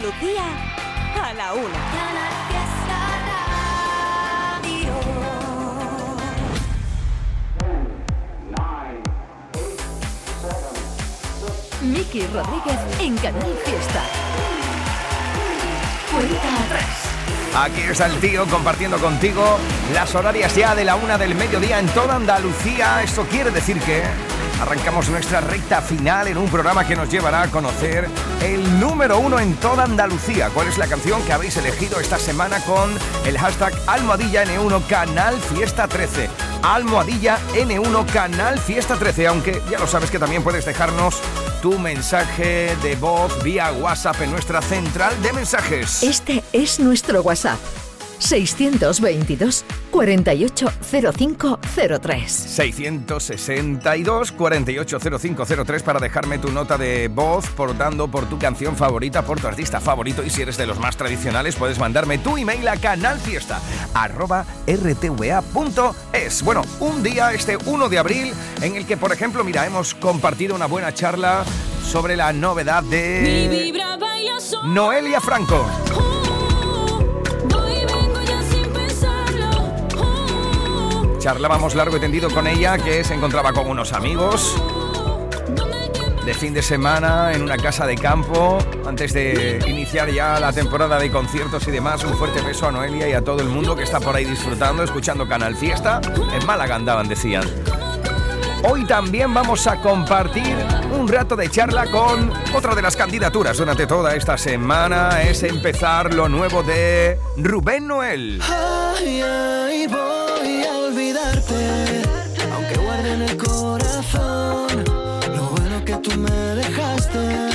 Andalucía a la una. Miki Rodríguez en Canal Fiesta. Cuenta atrás. Aquí está el tío compartiendo contigo las horarias ya de la 1 del mediodía en toda Andalucía. Esto quiere decir que arrancamos nuestra recta final en un programa que nos llevará a conocer el número 1 en toda Andalucía. ¿Cuál es la canción que habéis elegido esta semana con el hashtag Almohadilla N1 Canal Fiesta 13? Almohadilla N1 Canal Fiesta 13, aunque ya lo sabes que también puedes dejarnos tu mensaje de voz vía WhatsApp en nuestra central de mensajes. Este es nuestro WhatsApp. 622 480503 662 480503 para dejarme tu nota de voz votando por tu canción favorita, por tu artista favorito, y si eres de los más tradicionales puedes mandarme tu email a canalfiesta@rtva.es. Bueno, un día, este 1 de abril, en el que, por ejemplo, mira, hemos compartido una buena charla sobre la novedad de Noelia Franco. Charlábamos largo y tendido con ella, que se encontraba con unos amigos de fin de semana en una casa de campo antes de iniciar ya la temporada de conciertos y demás. Un fuerte beso a Noelia y a todo el mundo que está por ahí disfrutando, escuchando Canal Fiesta. En Málaga andaban, decían. Hoy también vamos a compartir un rato de charla con otra de las candidaturas durante toda esta semana. Es empezar lo nuevo de Rubén Noel. Ay, ay, voy a olvidarte, aunque guarde en el corazón lo bueno que tú me dejaste.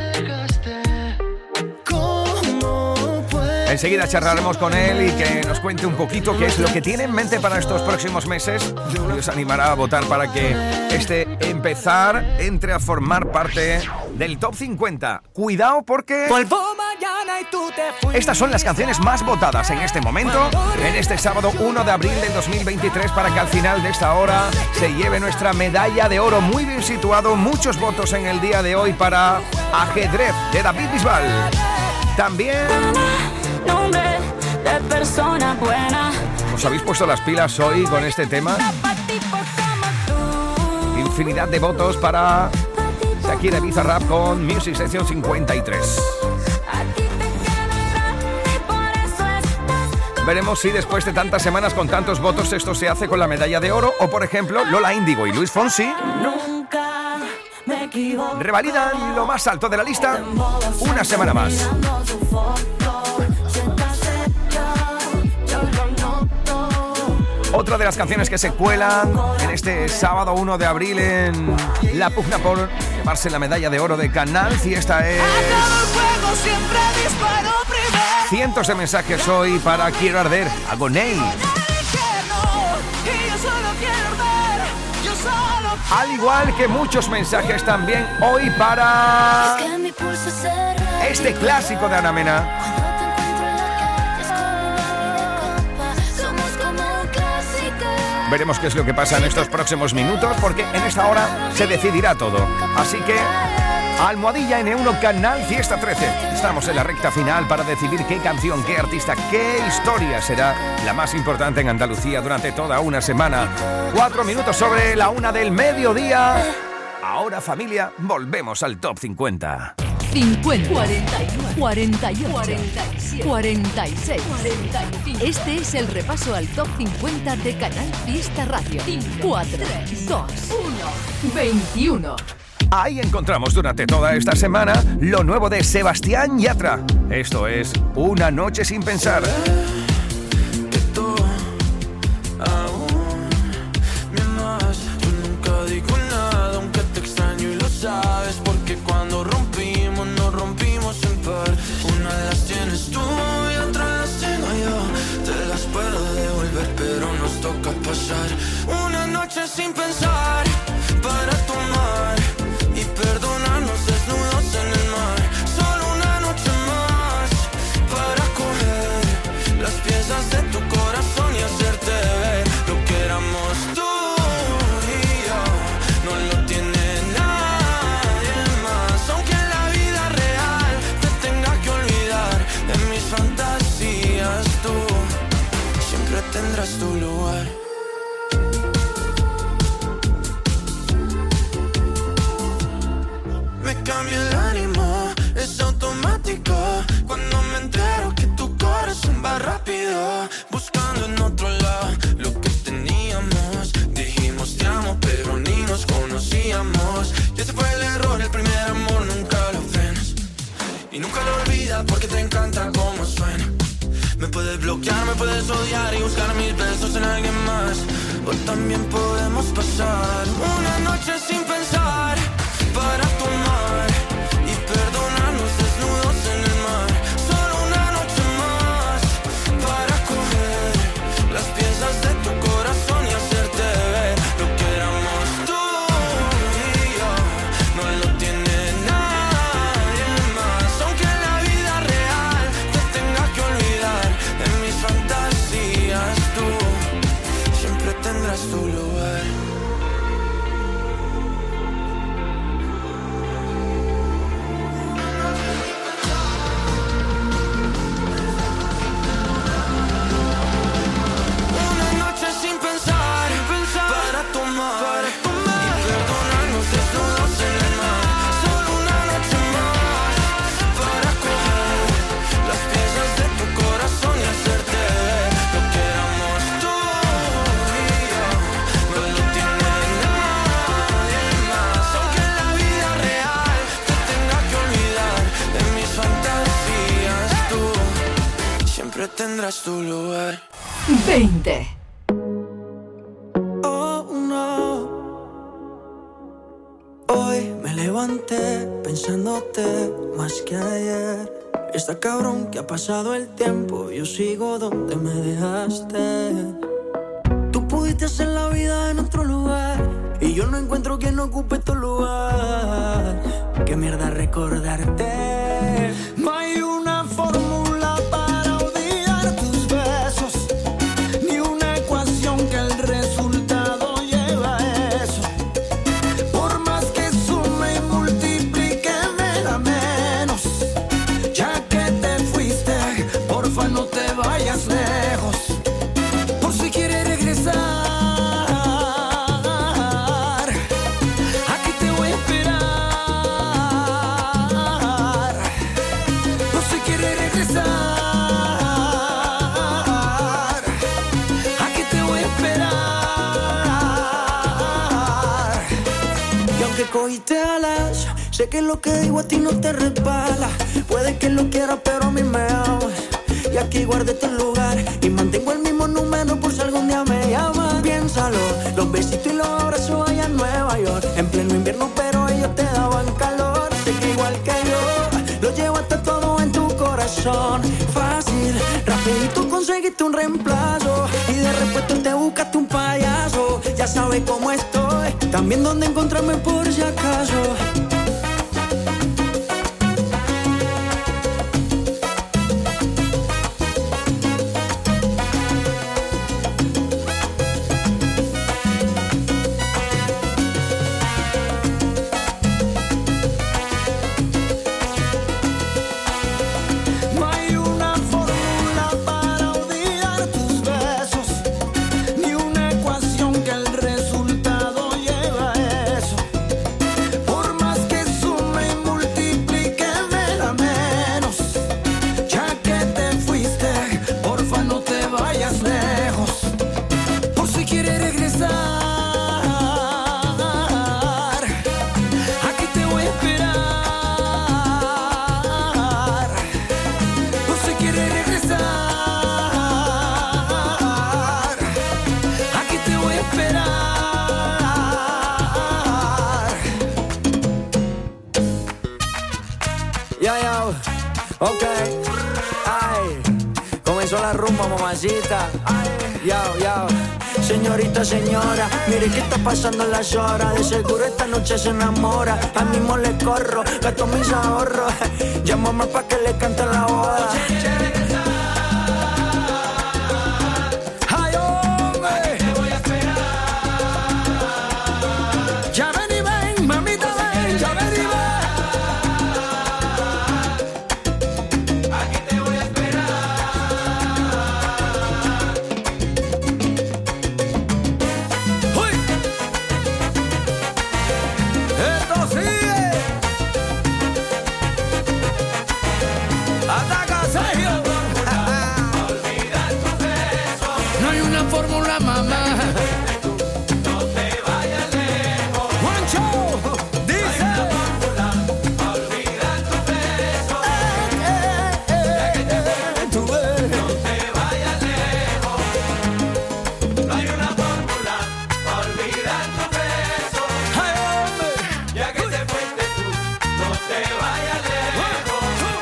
Enseguida charlaremos con él y que nos cuente un poquito qué es lo que tiene en mente para estos próximos meses. Y os animará a votar para que este empezar entre a formar parte del Top 50. Cuidado porque estas son las canciones más votadas en este momento, en este sábado 1 de abril del 2023, para que al final de esta hora se lleve nuestra medalla de oro. Muy bien situado, muchos votos en el día de hoy para Ajedrez de David Bisbal. También nombre de persona buena. ¿Os habéis puesto las pilas hoy con este tema? Infinidad de votos para Shakira Bizarrap con Music Session 53. Veremos si después de tantas semanas con tantos votos esto se hace con la medalla de oro, o por ejemplo Lola Índigo y Luis Fonsi revalidan lo más alto de la lista una semana más. Otra de las canciones que se cuelan en este sábado 1 de abril en la pugna por llevarse la medalla de oro de Canal Fiesta es... Cientos de mensajes hoy para Quiero Arder, Agoney. Al igual que muchos mensajes también hoy para este clásico de Ana Mena. Veremos qué es lo que pasa en estos próximos minutos, porque en esta hora se decidirá todo. Así que, Almohadilla N1 Canal Fiesta 13. Estamos en la recta final para decidir qué canción, qué artista, qué historia será la más importante en Andalucía durante toda una semana. 4 minutos sobre la 1 del mediodía. Ahora, familia, volvemos al Top 50. 50, 41, 48, 47, 46, 45. Este es el repaso al Top 50 de Canal Fiesta Radio. 4, 3, 2, 1, 21. Ahí encontramos durante toda esta semana lo nuevo de Sebastián Yatra. Esto es Una Noche Sin Pensar. Sabes, porque cuando rompimos, nos rompimos en par. Una de las tienes tú y otra las tengo yo. Te las puedo devolver, pero nos toca pasar una noche sin pensar para tomar y perdonarnos desnudos en el mar. Solo una noche más para coger las piezas de tu corazón y hacerte ver lo que éramos tú y yo. No lo tienes. tendrás tu lugar. Me cambia el ánimo, es automático. Cuando me entero que tu corazón va rápido, buscando en otro lado lo que teníamos. Dijimos te amo, pero ni nos conocíamos. Y ese fue el error, el primer amor nunca lo frenas. Y nunca lo olvidas porque te encanta cómo suena. Me puedes bloquear, me puedes odiar y buscar mis besos en alguien más. O también podemos pasar una noche sin pensar para tomar y perdonarnos desnudos en el mar. Solo una noche más para coger las piezas de tu corazón y hacerte ver lo que éramos tú y yo. No lo tiene nadie más. Aunque en la vida real te tenga que olvidar, en mis fantasías tú siempre tendrás tu lugar. Tendrás tu lugar. 20. Oh, no. Hoy me levanté pensándote más que ayer. Está cabrón que ha pasado el tiempo, yo sigo donde me dejaste. Tú pudiste hacer la vida en otro lugar y yo no encuentro quien ocupe tu lugar. Qué mierda recordarte. No hay una fórmula para odiar tus besos, ni una ecuación que el resultado lleva a eso. Por más que sume y multiplique me da menos. Ya que te fuiste, porfa no te vayas lejos. Por si quieres regresar, aquí te voy a esperar. Por si quieres regresar, aquí te voy a esperar. Y aunque cogiste alas, sé que lo que digo a ti no te resbala. Puede que lo quieras, pero a mí me amas. Y aquí guardé tu lugar y mantengo el mismo número por si algún día me llamas. Piénsalo, los besitos y los abrazos allá en Nueva York. En pleno invierno, pero ellos te daban calor. Sé que igual que yo, lo llevaste todo en tu corazón. Fácil, rapidito conseguiste un reemplazo y de repuesto te buscaste un payaso. Ya sabes cómo estoy, también dónde encontrarme por si acaso. No hay una fórmula para odiar tus besos, ni una ecuación que el resultado lleva a eso. Por más que sume y multiplique me da menos. Ya que te fuiste, porfa no te vayas lejos. Por si quieres regresar, aquí te voy a esperar. Por si quieres regresar, aquí te voy a esperar. Ya, ok. Ay, comenzó la rumba, mamacita. Ay, ya. Señorita, señora, mire que está pasando las horas. De seguro esta noche se enamora. A mismo le corro, gasto mis ahorros. Llámame pa' que le cante la boda. Ay, hombre, ya ven y ven, mamita ven, ya ven y ven. Aquí te voy a esperar. una fórmula, mamá. No te vayas lejos. Juancho, dice. Hay una fórmula para olvidar tu beso. Ya que te fuiste tú, no te vayas lejos. No hay una fórmula para olvidar tu beso. Ya que te fuiste tú, no te vayas lejos.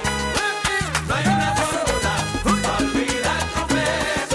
No hay una fórmula para olvidar tu beso.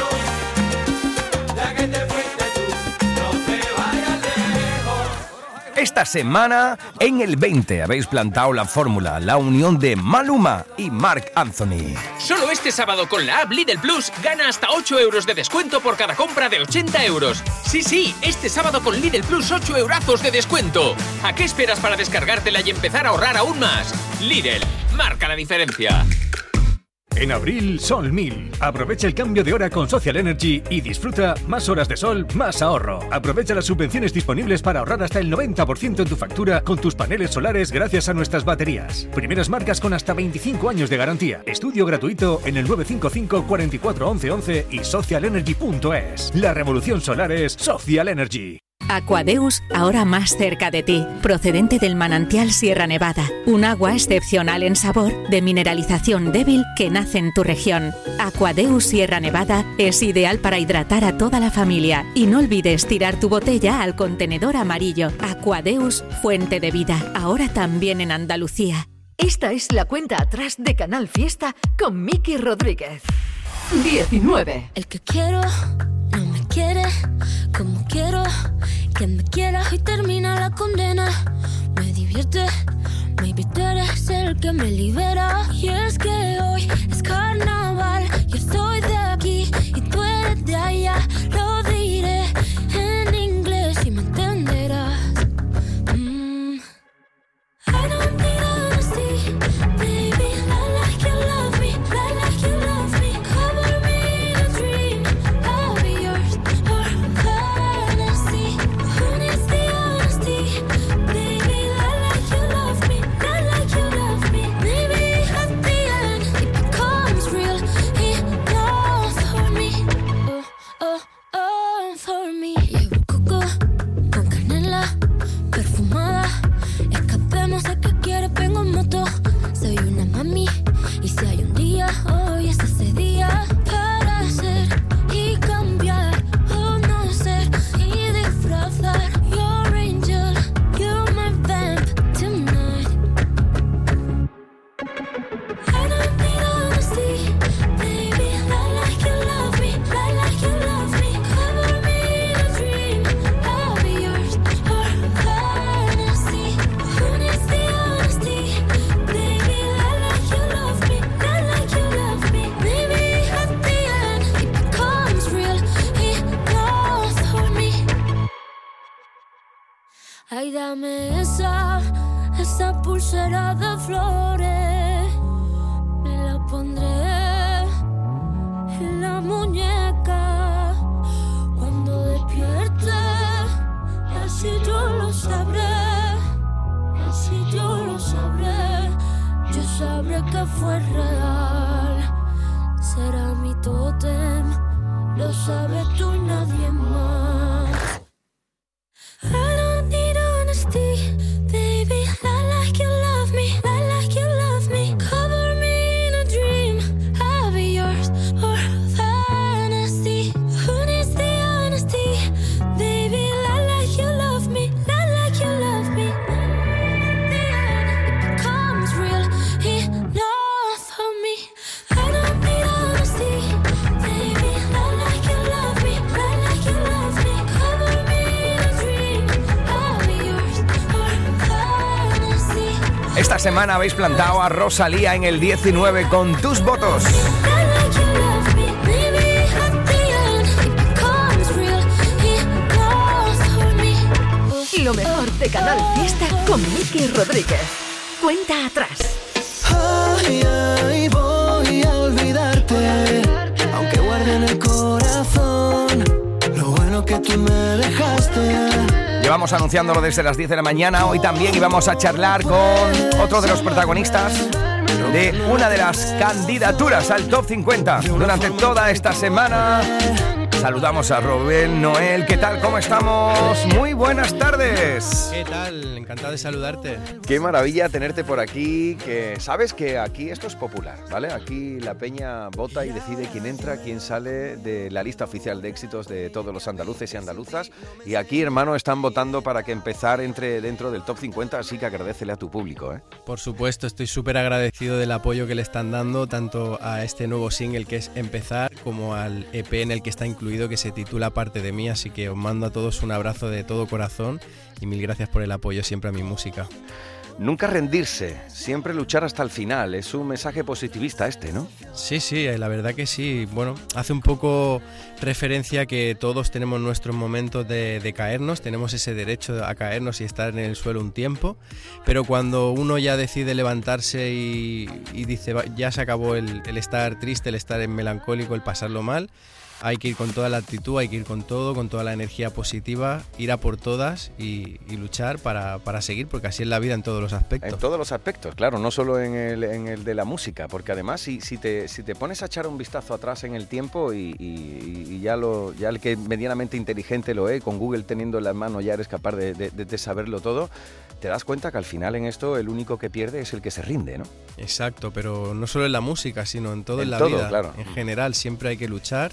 Ya que te fuiste tú, no te vayas lejos. Esta semana, en el 20, habéis plantado la fórmula, la unión de Maluma y Marc Anthony. Solo este sábado con la app Lidl Plus gana hasta 8 euros de descuento por cada compra de 80 euros. Sí, este sábado con Lidl Plus 8 eurazos de descuento. ¿A qué esperas para descargártela y empezar a ahorrar aún más? Lidl, marca la diferencia. En abril, Sol 1000. Aprovecha el cambio de hora con Social Energy y disfruta más horas de sol, más ahorro. Aprovecha las subvenciones disponibles para ahorrar hasta el 90% en tu factura con tus paneles solares gracias a nuestras baterías. Primeras marcas con hasta 25 años de garantía. Estudio gratuito en el 955 44 11 11 y socialenergy.es. La revolución solar es Social Energy. Aquadeus, ahora más cerca de ti, procedente del manantial Sierra Nevada, un agua excepcional en sabor, de mineralización débil que nace en tu región. Aquadeus Sierra Nevada es ideal para hidratar a toda la familia y no olvides tirar tu botella al contenedor amarillo. Aquadeus, fuente de vida, ahora también en Andalucía. Esta es la cuenta atrás de Canal Fiesta con Miki Rodríguez. 19. El que quiero no me quiere como quiero que me quiera y termina la condena. Me divierte, maybe tú eres el que me libera. Y es que hoy es carnaval, yo soy de aquí y tú eres de allá. Lo diré en inglés y me entenderás. I don't need honesty, baby, I like you love me, I like you love me. Cover me in a dream, I'll be yours or fantasy. Who needs the honesty, baby, I like you love me, I like you love me. Maybe at the end it becomes real enough for me. Oh, for me. Llevo coco con canela perfumada. Escapemos a que quiere, vengo en moto. Soy una mami y si hay un día, hoy es ese día para ser y cambiar o no ser y disfrazar. Your angel, you're my vamp tonight. I don't need honesty, baby, I like you love me, I like you love me. Cover me in a dream, I'll be yours or fantasy. Who needs the honesty, baby, I like you love me, I like you love me. Maybe at the end it becomes real enough for me. Ay, dame esa pulsera de flores. Me la pondré en la muñeca cuando despierte. Así yo lo sabré, así yo lo sabré. Yo sabré que fue real. Será mi tótem, lo sabes tú y nadie más. I don't need honesty, baby, I like you love me, I like you love me. Cover me in a dream, I'll be yours or fantasy. Who needs the honesty, baby, I like you love me, I like you love me. At the end it becomes real enough for me. I don't need honesty, baby, I like you love me, I like you love me. Cover me in a dream, I'll be yours or fantasy. Esta semana habéis plantado a Rosalía en el 19 con tus votos. I like you love me, maybe at the end it becomes real enough for me. Lo mejor de Canal Fiesta con Miki Rodríguez. Cuenta atrás. Ay, ay, voy a olvidarte, aunque guarde en el corazón lo bueno que tú me dejaste. Llevamos anunciándolo desde las 10 de la mañana. Hoy también íbamos a charlar con otro de los protagonistas de una de las candidaturas al Top 50 durante toda esta semana. Saludamos a Rubén Noel. ¿Qué tal? ¿Cómo estamos? Muy buenas tardes. ¿Qué tal? Encantado de saludarte. Qué maravilla tenerte por aquí. Que sabes que aquí esto es popular, ¿vale? Aquí la peña vota y decide quién entra, quién sale de la lista oficial de éxitos de todos los andaluces y andaluzas. Y aquí, hermano, están votando para que Empezar entre dentro del top 50, así que agradécele a tu público, ¿eh? Por supuesto, estoy súper agradecido del apoyo que le están dando tanto a este nuevo single que es Empezar como al EP en el que está incluido, que se titula Parte de mí, así que os mando a todos un abrazo de todo corazón y mil gracias por el apoyo siempre a mi música. Nunca rendirse, siempre luchar hasta el final, es un mensaje positivista este, ¿no? Sí, la verdad que sí. Bueno, hace un poco referencia a que todos tenemos nuestros momentos de caernos, tenemos ese derecho a caernos y estar en el suelo un tiempo, pero cuando uno ya decide levantarse y dice ya se acabó el estar triste, el estar en melancólico, el pasarlo mal, hay que ir con toda la actitud, hay que ir con todo, con toda la energía positiva, ir a por todas y luchar para seguir, porque así es la vida en todos los aspectos. En todos los aspectos, claro, no solo en el de la música, porque además si te pones a echar un vistazo atrás en el tiempo y ya el que medianamente inteligente lo es, con Google teniendo en las manos ya eres capaz de saberlo todo, te das cuenta que al final en esto el único que pierde es el que se rinde, ¿no? Exacto, pero no solo en la música, sino en todo en la todo, vida. Claro. En general siempre hay que luchar.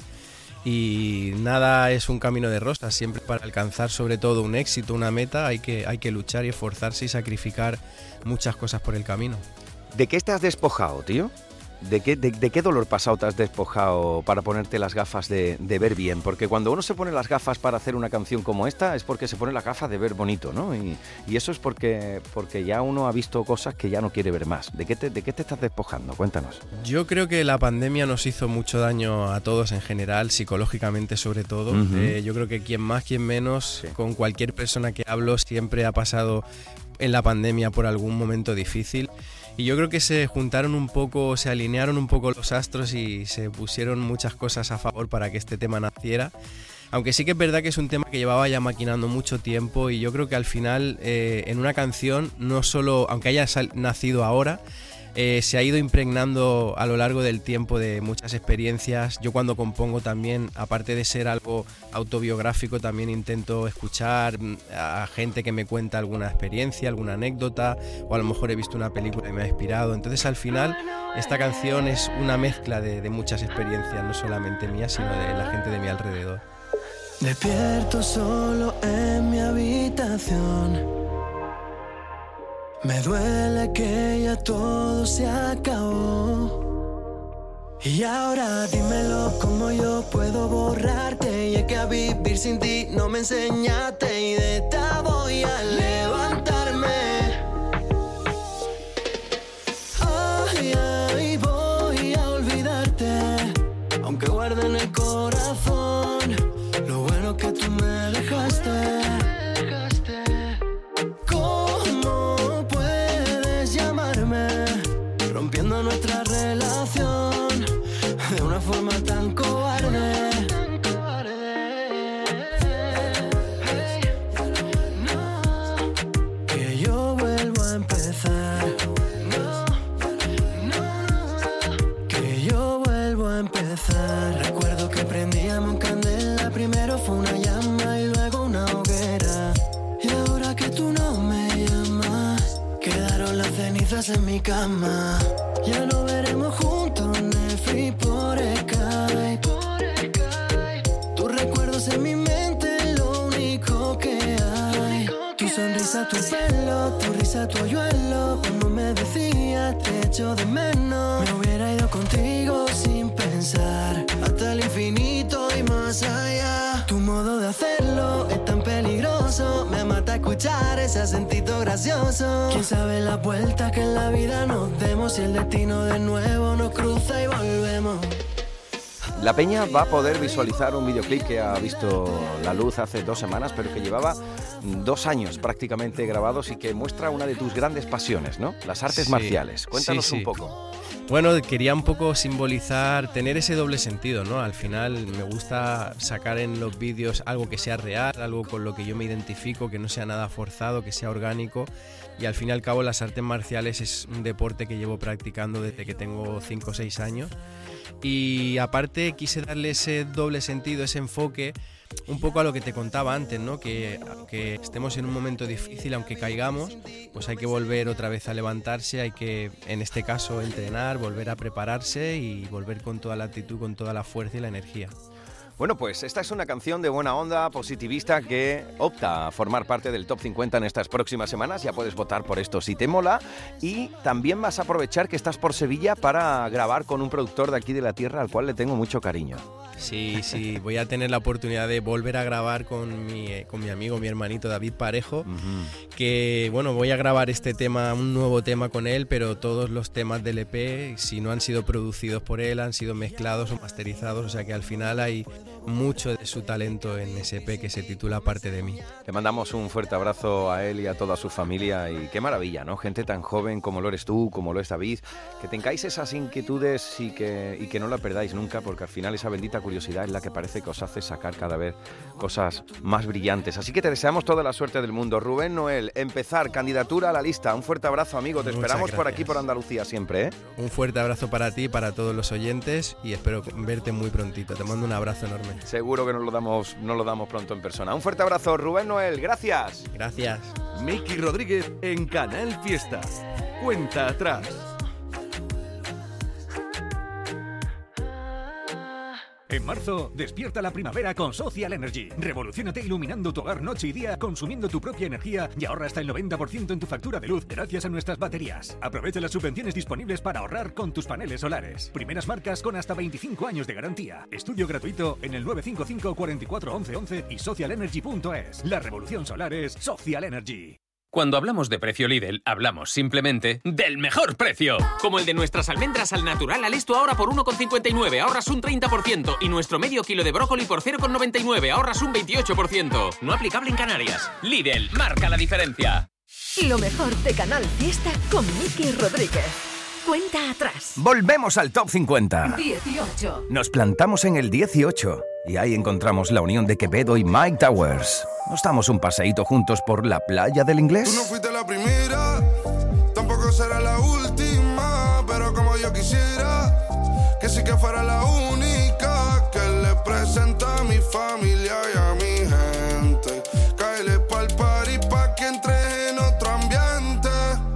Y nada es un camino de rosas, siempre para alcanzar sobre todo un éxito, una meta, hay que luchar y esforzarse y sacrificar muchas cosas por el camino. ¿De qué te has despojado, tío? ¿De qué dolor pasado te has despojado para ponerte las gafas de ver bien? Porque cuando uno se pone las gafas para hacer una canción como esta es porque se pone las gafas de ver bonito, ¿no? Y eso es porque ya uno ha visto cosas que ya no quiere ver más. ¿De qué te estás despojando? Cuéntanos. Yo creo que la pandemia nos hizo mucho daño a todos en general, psicológicamente sobre todo. Uh-huh. Yo creo que quien más, quien menos, sí. Con cualquier persona que hablo siempre ha pasado en la pandemia por algún momento difícil. Y yo creo que se juntaron un poco, se alinearon un poco los astros y se pusieron muchas cosas a favor para que este tema naciera. Aunque sí que es verdad que es un tema que llevaba ya maquinando mucho tiempo y yo creo que al final en una canción, no solo, aunque haya nacido ahora, se ha ido impregnando a lo largo del tiempo de muchas experiencias. Yo cuando compongo también, aparte de ser algo autobiográfico, también intento escuchar a gente que me cuenta alguna experiencia, alguna anécdota, o a lo mejor he visto una película y me ha inspirado. Entonces al final esta canción es una mezcla de muchas experiencias, no solamente mías, sino de la gente de mi alrededor. Despierto solo en mi habitación. Me duele que ya todo se acabó. Y ahora dímelo cómo yo puedo borrarte. Y es que a vivir sin ti no me enseñaste. Y de esta voy a levantarme. Ay, voy a olvidarte. Aunque guarde en el corazón lo bueno que tú me dejaste. Rompiendo nuestra relación de una forma tan cobarde. Que yo vuelvo a empezar. Que yo vuelvo a empezar. Recuerdo que prendíamos en candela. Primero fue una llama y luego una hoguera. Y ahora que tú no me llamas, quedaron las cenizas en mi cama. Ya no veremos juntos Netflix por Skype. Tus recuerdos en mi mente es lo único que hay. Tu sonrisa, tu pelo, tu risa, tu hoyuelo. Cuando me decías te echo de menos, me hubiera ido contigo sin pensar hasta el infinito y más allá. Tu modo de hacerlo es tan peligroso, me mata escuchar ese acentito gracioso. Quién sabe la vuelta que en la vida nos demos, si el destino de nuevo nos cruza y volvemos. La peña va a poder visualizar un videoclip que ha visto la luz hace 2 semanas, pero que llevaba 2 años prácticamente grabados y que muestra una de tus grandes pasiones, ¿no? Las artes marciales. Cuéntanos un poco. Bueno, quería un poco simbolizar, tener ese doble sentido, ¿no? Al final me gusta sacar en los vídeos algo que sea real, algo con lo que yo me identifico, que no sea nada forzado, que sea orgánico. Y al fin y al cabo las artes marciales es un deporte que llevo practicando desde que tengo 5 o 6 años. Y aparte quise darle ese doble sentido, ese enfoque, un poco a lo que te contaba antes, ¿no? Que aunque estemos en un momento difícil, aunque caigamos, pues hay que volver otra vez a levantarse, hay que, en este caso, entrenar, volver a prepararse y volver con toda la actitud, con toda la fuerza y la energía. Bueno, pues esta es una canción de buena onda, positivista, que opta a formar parte del Top 50 en estas próximas semanas. Ya puedes votar por esto si te mola. Y también vas a aprovechar que estás por Sevilla para grabar con un productor de aquí de la tierra al cual le tengo mucho cariño. Sí, voy a tener la oportunidad de volver a grabar con mi amigo, mi hermanito David Parejo, que bueno, voy a grabar este tema, un nuevo tema con él, pero todos los temas del EP, si no han sido producidos por él, han sido mezclados o masterizados, o sea que al final hay mucho de su talento en ese EP que se titula Parte de mí. Le mandamos un fuerte abrazo a él y a toda su familia, y qué maravilla, ¿no? Gente tan joven como lo eres tú, como lo es David, que tengáis esas inquietudes y que no la perdáis nunca, porque al final esa bendita curiosidad es la que parece que os hace sacar cada vez cosas más brillantes. Así que te deseamos toda la suerte del mundo. Rubén Noel, empezar, candidatura a la lista. Un fuerte abrazo, amigo. Te esperamos por aquí, por Andalucía, siempre, ¿eh? Un fuerte abrazo para ti, para todos los oyentes, y espero verte muy prontito. Te mando un abrazo enorme. Seguro que nos lo damos pronto en persona. Un fuerte abrazo, Rubén Noel. Gracias. Gracias. Miki Rodríguez en Canal Fiesta. Cuenta atrás. En marzo, despierta la primavera con Social Energy. Revoluciónate iluminando tu hogar noche y día, consumiendo tu propia energía y ahorra hasta el 90% en tu factura de luz gracias a nuestras baterías. Aprovecha las subvenciones disponibles para ahorrar con tus paneles solares. Primeras marcas con hasta 25 años de garantía. Estudio gratuito en el 955 44 11 11 y socialenergy.es. La revolución solar es Social Energy. Cuando hablamos de precio Lidl, hablamos simplemente del mejor precio. Como el de nuestras almendras al natural al esto ahora por 1,59, ahorras un 30%. Y nuestro medio kilo de brócoli por 0,99, ahorras un 28%. No aplicable en Canarias. Lidl, marca la diferencia. Lo mejor de Canal Fiesta con Miki Rodríguez. Cuenta atrás. Volvemos al Top 50. 18. Nos plantamos en el 18 y ahí encontramos la unión de Quevedo y Mike Towers. ¿Nos damos un paseíto juntos por la playa del Inglés? Tú no fuiste la primera, tampoco será la última, pero como yo quisiera que sí que fuera la única que le presenta a mi familia y a mi gente. Cáele pa'l party pa' que entres en otro ambiente.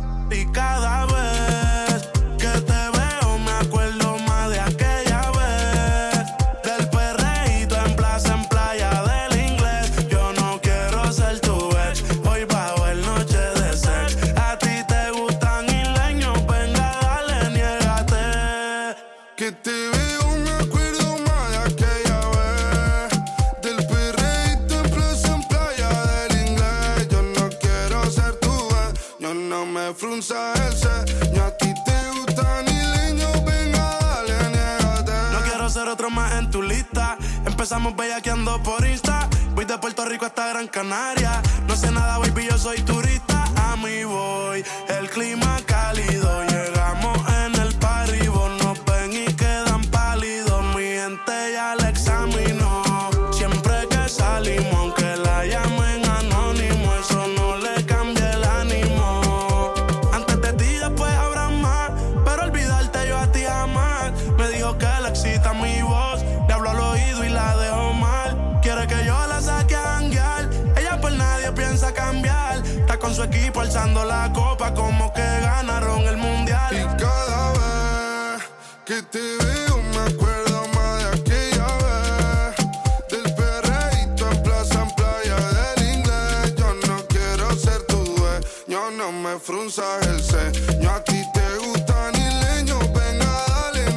Y cada vez que te veo me acuerdo más de aquella vez, del perreíto en plaza, en playa del Inglés. Yo no quiero ser tu ex, hoy va a haber noche de sex. A ti te gustan isleños, venga dale, niégate. Que te veo me acuerdo más de aquella vez, del perreíto en plaza, en playa del Inglés. Yo no quiero ser tu ex, yo no me frunza el ceño. A ti te gustan isleños, venga dale, niégate. No quiero ser otro más en tu lista. Empezamos bellaqueando por Insta. Voy de Puerto Rico hasta Gran Canaria. No sé nada, baby, yo soy turista. A mí voy, el clima cálido. Llegamos en el party, vos nos ven y quedan pálidos. Mi gente ya la examinó. Siempre que salimos, aunque la llamen anónimo, eso no le cambia el ánimo. Antes de ti después habrá más, pero olvidarte yo a ti jamás. Me dijo que le excita mi voz, le hablo al oído y la dejo mal. Quiere que yo la saque a janguear, ella por nadie piensa cambiar. Está con su equipo alzando la copa como que ganaron el mundial. Y cada vez que te veo me acuerdo más de aquella vez, del perreíto en plaza, en playa del Inglés. Yo no quiero ser tu dueño, no me frunzas el ceño. A ti te gustan isleños, venga dale,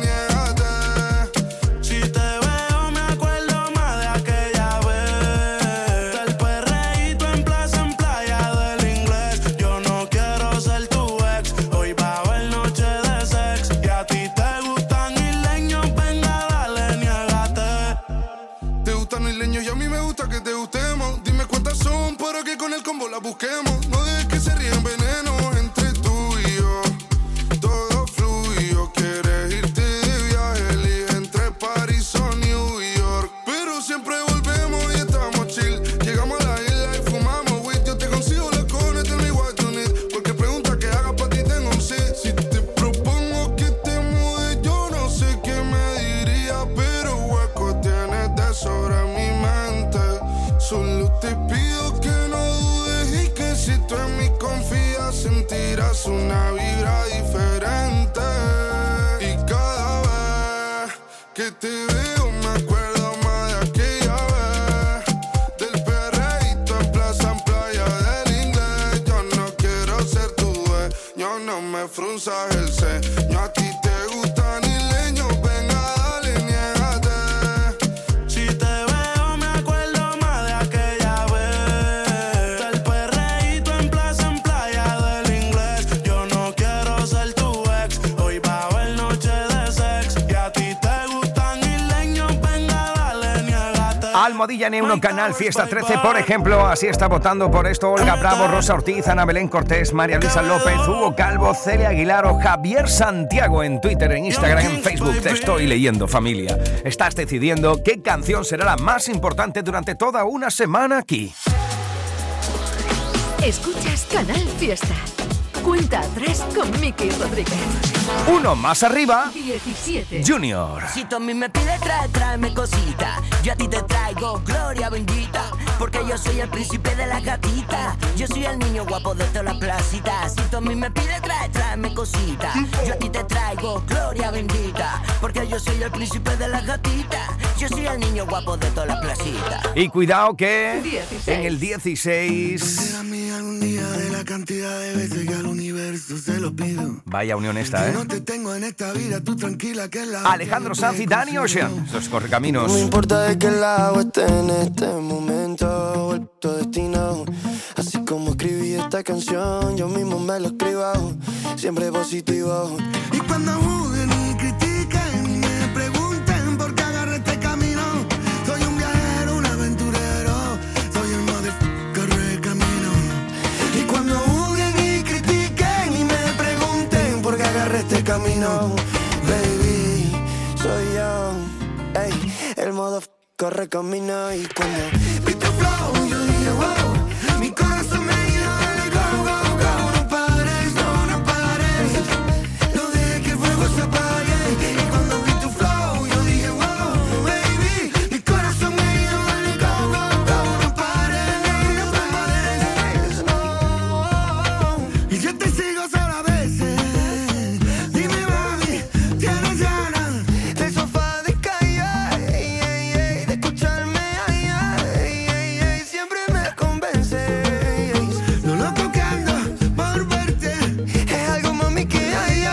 niégate. Si te veo me acuerdo más de aquella vez, del perreíto en plaza, en playa del Inglés. Yo no quiero ser tu ex, hoy va a haber noche de sex. Y a ti te gustan isleños, venga dale, niégate. Te gustan isleños y a mí me gusta que te gustemos. Dime cuántas son para que con el combo la busquemos. No dejes que se ríen veneno entre tú y yo. Todo fluye, quiere Almohadilla N1 Canal Fiesta 13, por ejemplo. Así está votando por esto Olga Bravo, Rosa Ortiz, Ana Belén Cortés, María Luisa López, Hugo Calvo, Celia Aguilar o Javier Santiago en Twitter, en Instagram, en Facebook. Te estoy leyendo, familia. Estás decidiendo qué canción será la más importante durante toda una semana aquí. Escuchas Canal Fiesta. Cuenta atrás con Miki Rodríguez. Uno más arriba, 17. Junior. Si tú a mí me pides tráeme cosita, yo a ti te traigo gloria bendita, porque yo soy el príncipe de las gatitas, yo soy el niño guapo de todas las placitas. Si tú a mí me pides tráeme cosita, yo a ti te traigo gloria bendita, porque yo soy el príncipe de las gatitas, yo soy el niño guapo de todas las placitas. Y cuidado que 16. En el 16... Será mía algún día de la cantidad de veces que al universo se lo pido. Vaya unión esta, ¿eh? No te tengo en esta vida, tú tranquila que la... Alejandro Sanz y Danny Ocean. Esos correcaminos. No me importa de qué lado esté en este momento, vuelto destino. Así como escribí esta canción, yo mismo me lo escribo, siempre positivo. Y cuando juzguen y critiquen y me pregunten por qué agarré este camino, soy un viajero, un aventurero, soy el motherfucker de camino. Y cuando juzguen y critiquen y me pregunten por qué agarré este camino, Baby, soy yo, ey, el modo corre camino. Y cuando vi tu flow, yo dije wow, mi corazón me dijo dale go, go, go. No pares, no pares, no dejes que el fuego se apague. Y cuando vi tu flow, yo dije wow, baby, mi corazón me dijo dale go, go, go. No pares, no. Y yo te sigo solo a veces. Dime mami, ¿tienes ganas del sofá de calle, de escucharme, siempre me convence. lo loco que ando por verte? Es algo, mami, que hay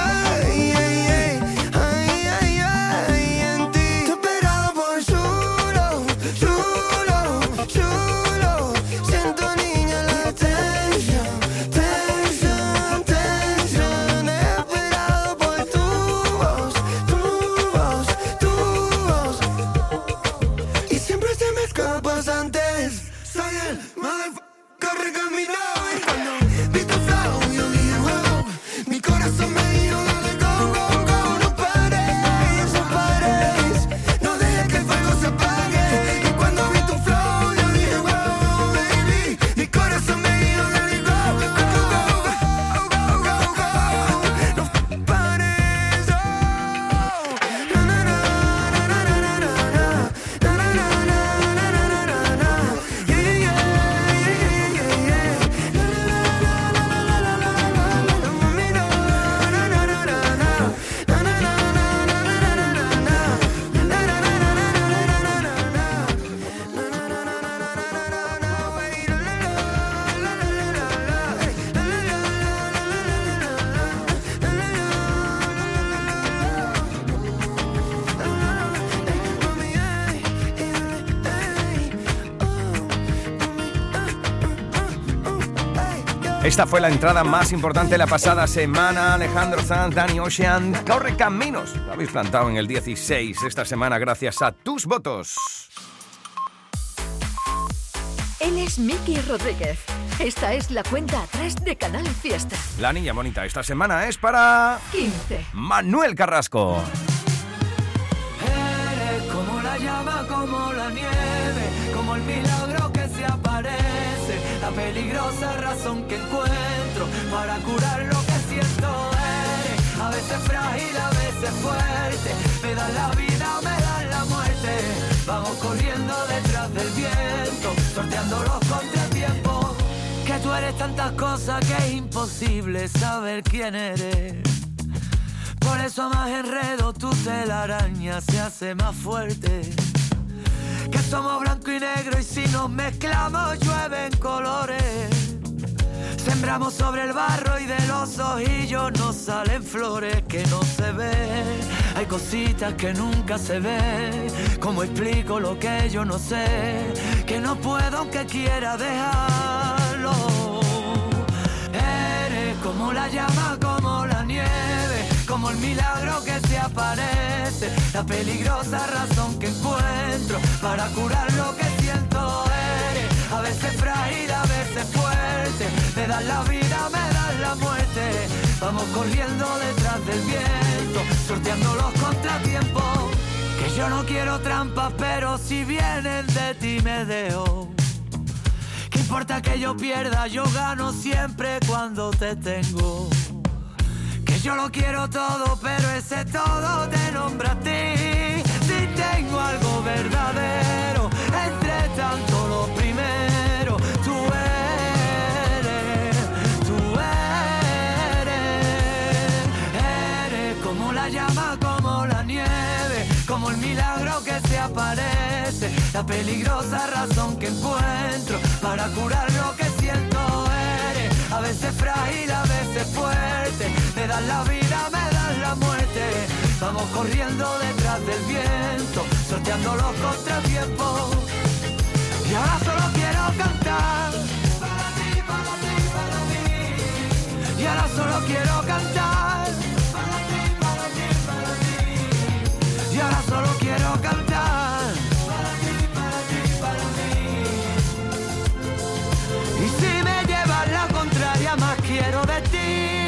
en ti. Te he esperado por chulo, chulo, chulo. Siento, niña, la tensión, tensión, tensión. He esperado por tu voz, tu voz, tu voz. Y siempre se me escapas antes. Soy el motherfucker caminado. Y cuando vi tu flow, yo dije wow, mi corazón me dijo dale go, go, go. No pares, no pares, no dejes que el fuego se apague. Y cuando vi tu flow, yo dije wow, baby, mi corazón me dijo dale go, go, go, go, go, go, go. No pares, oh. Na, na, na, na, na, na, na, na, na. Na, na, na, na, na, na, na, na, na. Yeah, yeah, yeah, yeah, yeah, yeah. La, la, la, la, la, la, la, la, la, la, la, mami, no. Na, na, na, na, na. Na, na, na, na, na, na, na, na, na. Na, na, na, na, na, na, na, na, na, wey. La, la, la, la, la, la, la, la, la. Hey, la, la, la, la, la, la, la, la, Esta fue la entrada más importante la pasada semana. Alejandro Sanz, Danny Ocean, corre caminos. Lo habéis plantado en el 16 esta semana gracias a tus votos. Él es Miki Rodríguez. Esta es la cuenta atrás de Canal Fiesta. La niña bonita esta semana es para 15. Manuel Carrasco. Eres como la llama, como la nieve, como el milagro que se aparece, la peligrosa razón que encuentro para curar lo que siento. Eres a veces frágil, a veces fuerte, me dan la vida, me dan la muerte. Vamos corriendo detrás del viento, sorteando los contratiempos. Que tú eres tantas cosas que es imposible saber quién eres. Por eso a más enredo tu telaraña se hace más fuerte. Que somos blanco y negro y si nos mezclamos llueven colores. Sembramos sobre el barro y de los ojillos nos salen flores que no se ven. Hay cositas que nunca se ven. ¿Cómo explico lo que yo no sé? Que no puedo aunque quiera dejarlo. Eres como la llama, como la nieve, como el milagro que se aparece, la peligrosa razón que encuentro para curar lo que siento. Eres a veces frágil, a veces fuerte, me das la vida, me das la muerte. Vamos corriendo detrás del viento, sorteando los contratiempos. Que yo no quiero trampas, pero si vienen de ti me dejo. ¿Qué importa que yo pierda? Yo gano siempre cuando te tengo. Que yo lo quiero todo, pero ese todo te nombra a ti. Si tengo algo verdadero, entre tanto lo primero, tú eres como la llama, como la nieve, como el milagro que se aparece, la peligrosa razón que encuentro para curar lo que siento. Eres a veces frágil, a veces fuerte, me das la vida, me das la muerte. Vamos corriendo detrás del viento, sorteando los contratiempos. Y ahora solo quiero cantar para ti, para ti, para mí. Y ahora solo quiero cantar para ti, para ti, para mí. Y ahora solo quiero cantar para ti, para ti, para mí. Y si me llevas la contraria, más quiero de ti.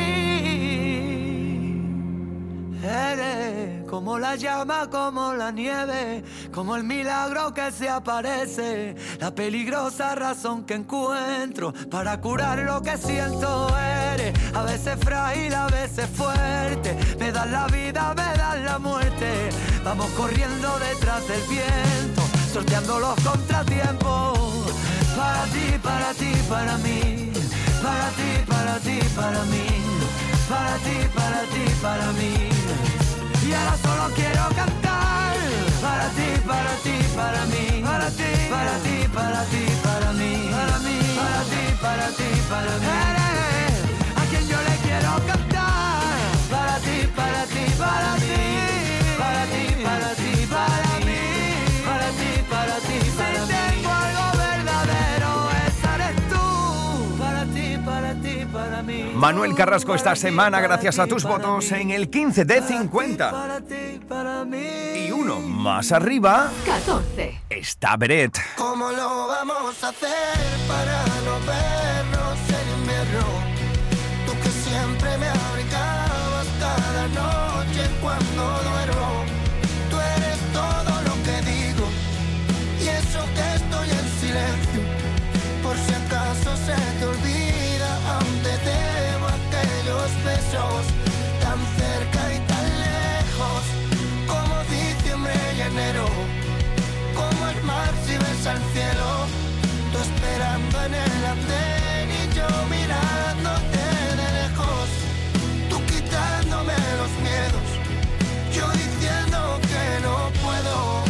Eres como la llama, como la nieve, como el milagro que se aparece, la peligrosa razón que encuentro para curar lo que siento. Eres a veces frágil, a veces fuerte, me das la vida, me das la muerte. Vamos corriendo detrás del viento, sorteando los contratiempos. Para ti, para ti, para mí. Para ti, para ti, para mí. Para ti, para ti, para mí. Y ahora solo quiero cantar para ti, para ti, para mí. Para ti, para ti, para ti, para mí. Para mí, para ti, para ti, para mí. Eres a quien yo le quiero cantar para ti, para ti, para ti. Para ti, para ti, para mí. Para ti, para ti, para mí. Si tengo algo verdadero, esa eres tú. Para ti, para ti, para mí. Manuel Carrasco esta semana, gracias a tus votos, en el 15 de 50. Para ti, para mí. Y uno más arriba, 14. está Beret. ¿Cómo lo vamos a hacer para no vernos en invierno? Tú que siempre me abrigabas cada noche cuando duermo. Tú eres todo lo que digo y eso que estoy en silencio. Por si acaso se te olvida, aún te debo aquellos besos tan cerca y tan lejos, como diciembre y enero, como el mar si ves al cielo. Tú esperando en el andén y yo mirándote de lejos, tú quitándome los miedos, yo diciendo que no puedo.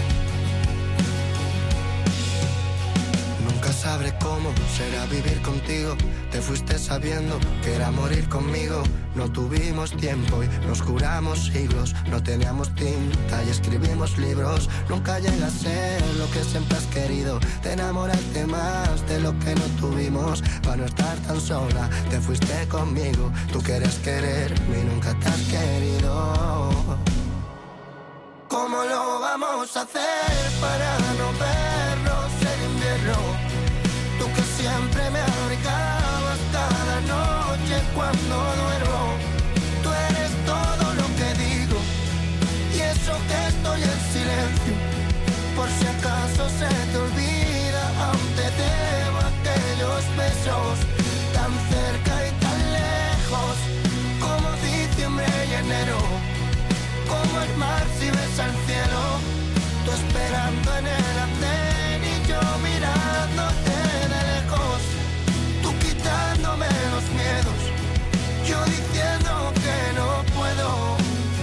Nunca sabré cómo será vivir contigo. Te fuiste sabiendo que era morir conmigo. No tuvimos tiempo y nos juramos siglos. No teníamos tinta y escribimos libros. Nunca llega a ser lo que siempre has querido. Te enamoraste más de lo que no tuvimos. Para no estar tan sola, te fuiste conmigo. Tú quieres quererme y nunca te has querido. ¿Cómo lo vamos a hacer para no vernos en invierno? Tú que siempre me abrigabas cada noche cuando duermo. Tú eres todo lo que digo y eso que estoy en silencio. Por si acaso se te olvida, aún te debo aquellos besos tan cerca y tan lejos, como diciembre y enero, como el mar si ves al cielo. Tú esperando en el andén y yo mirándote de lejos, tú quitándome los miedos, yo diciendo que no puedo.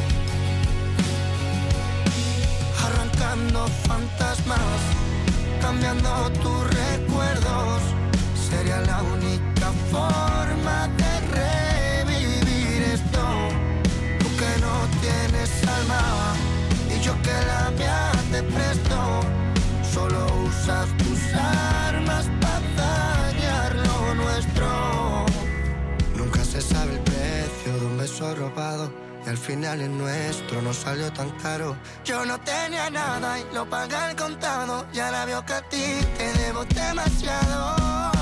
Arrancando fantasmas, cambiando tus recuerdos, sería la única forma de revivir esto. Tú que no tienes alma y yo que la mía te presto, solo usas tus armas para dañar lo nuestro. Nunca se sabe el precio de un beso beso robado y al final el nuestro no salió tan caro. Yo no tenía nada y lo pagué al contado, y ahora veo que a ti te debo demasiado.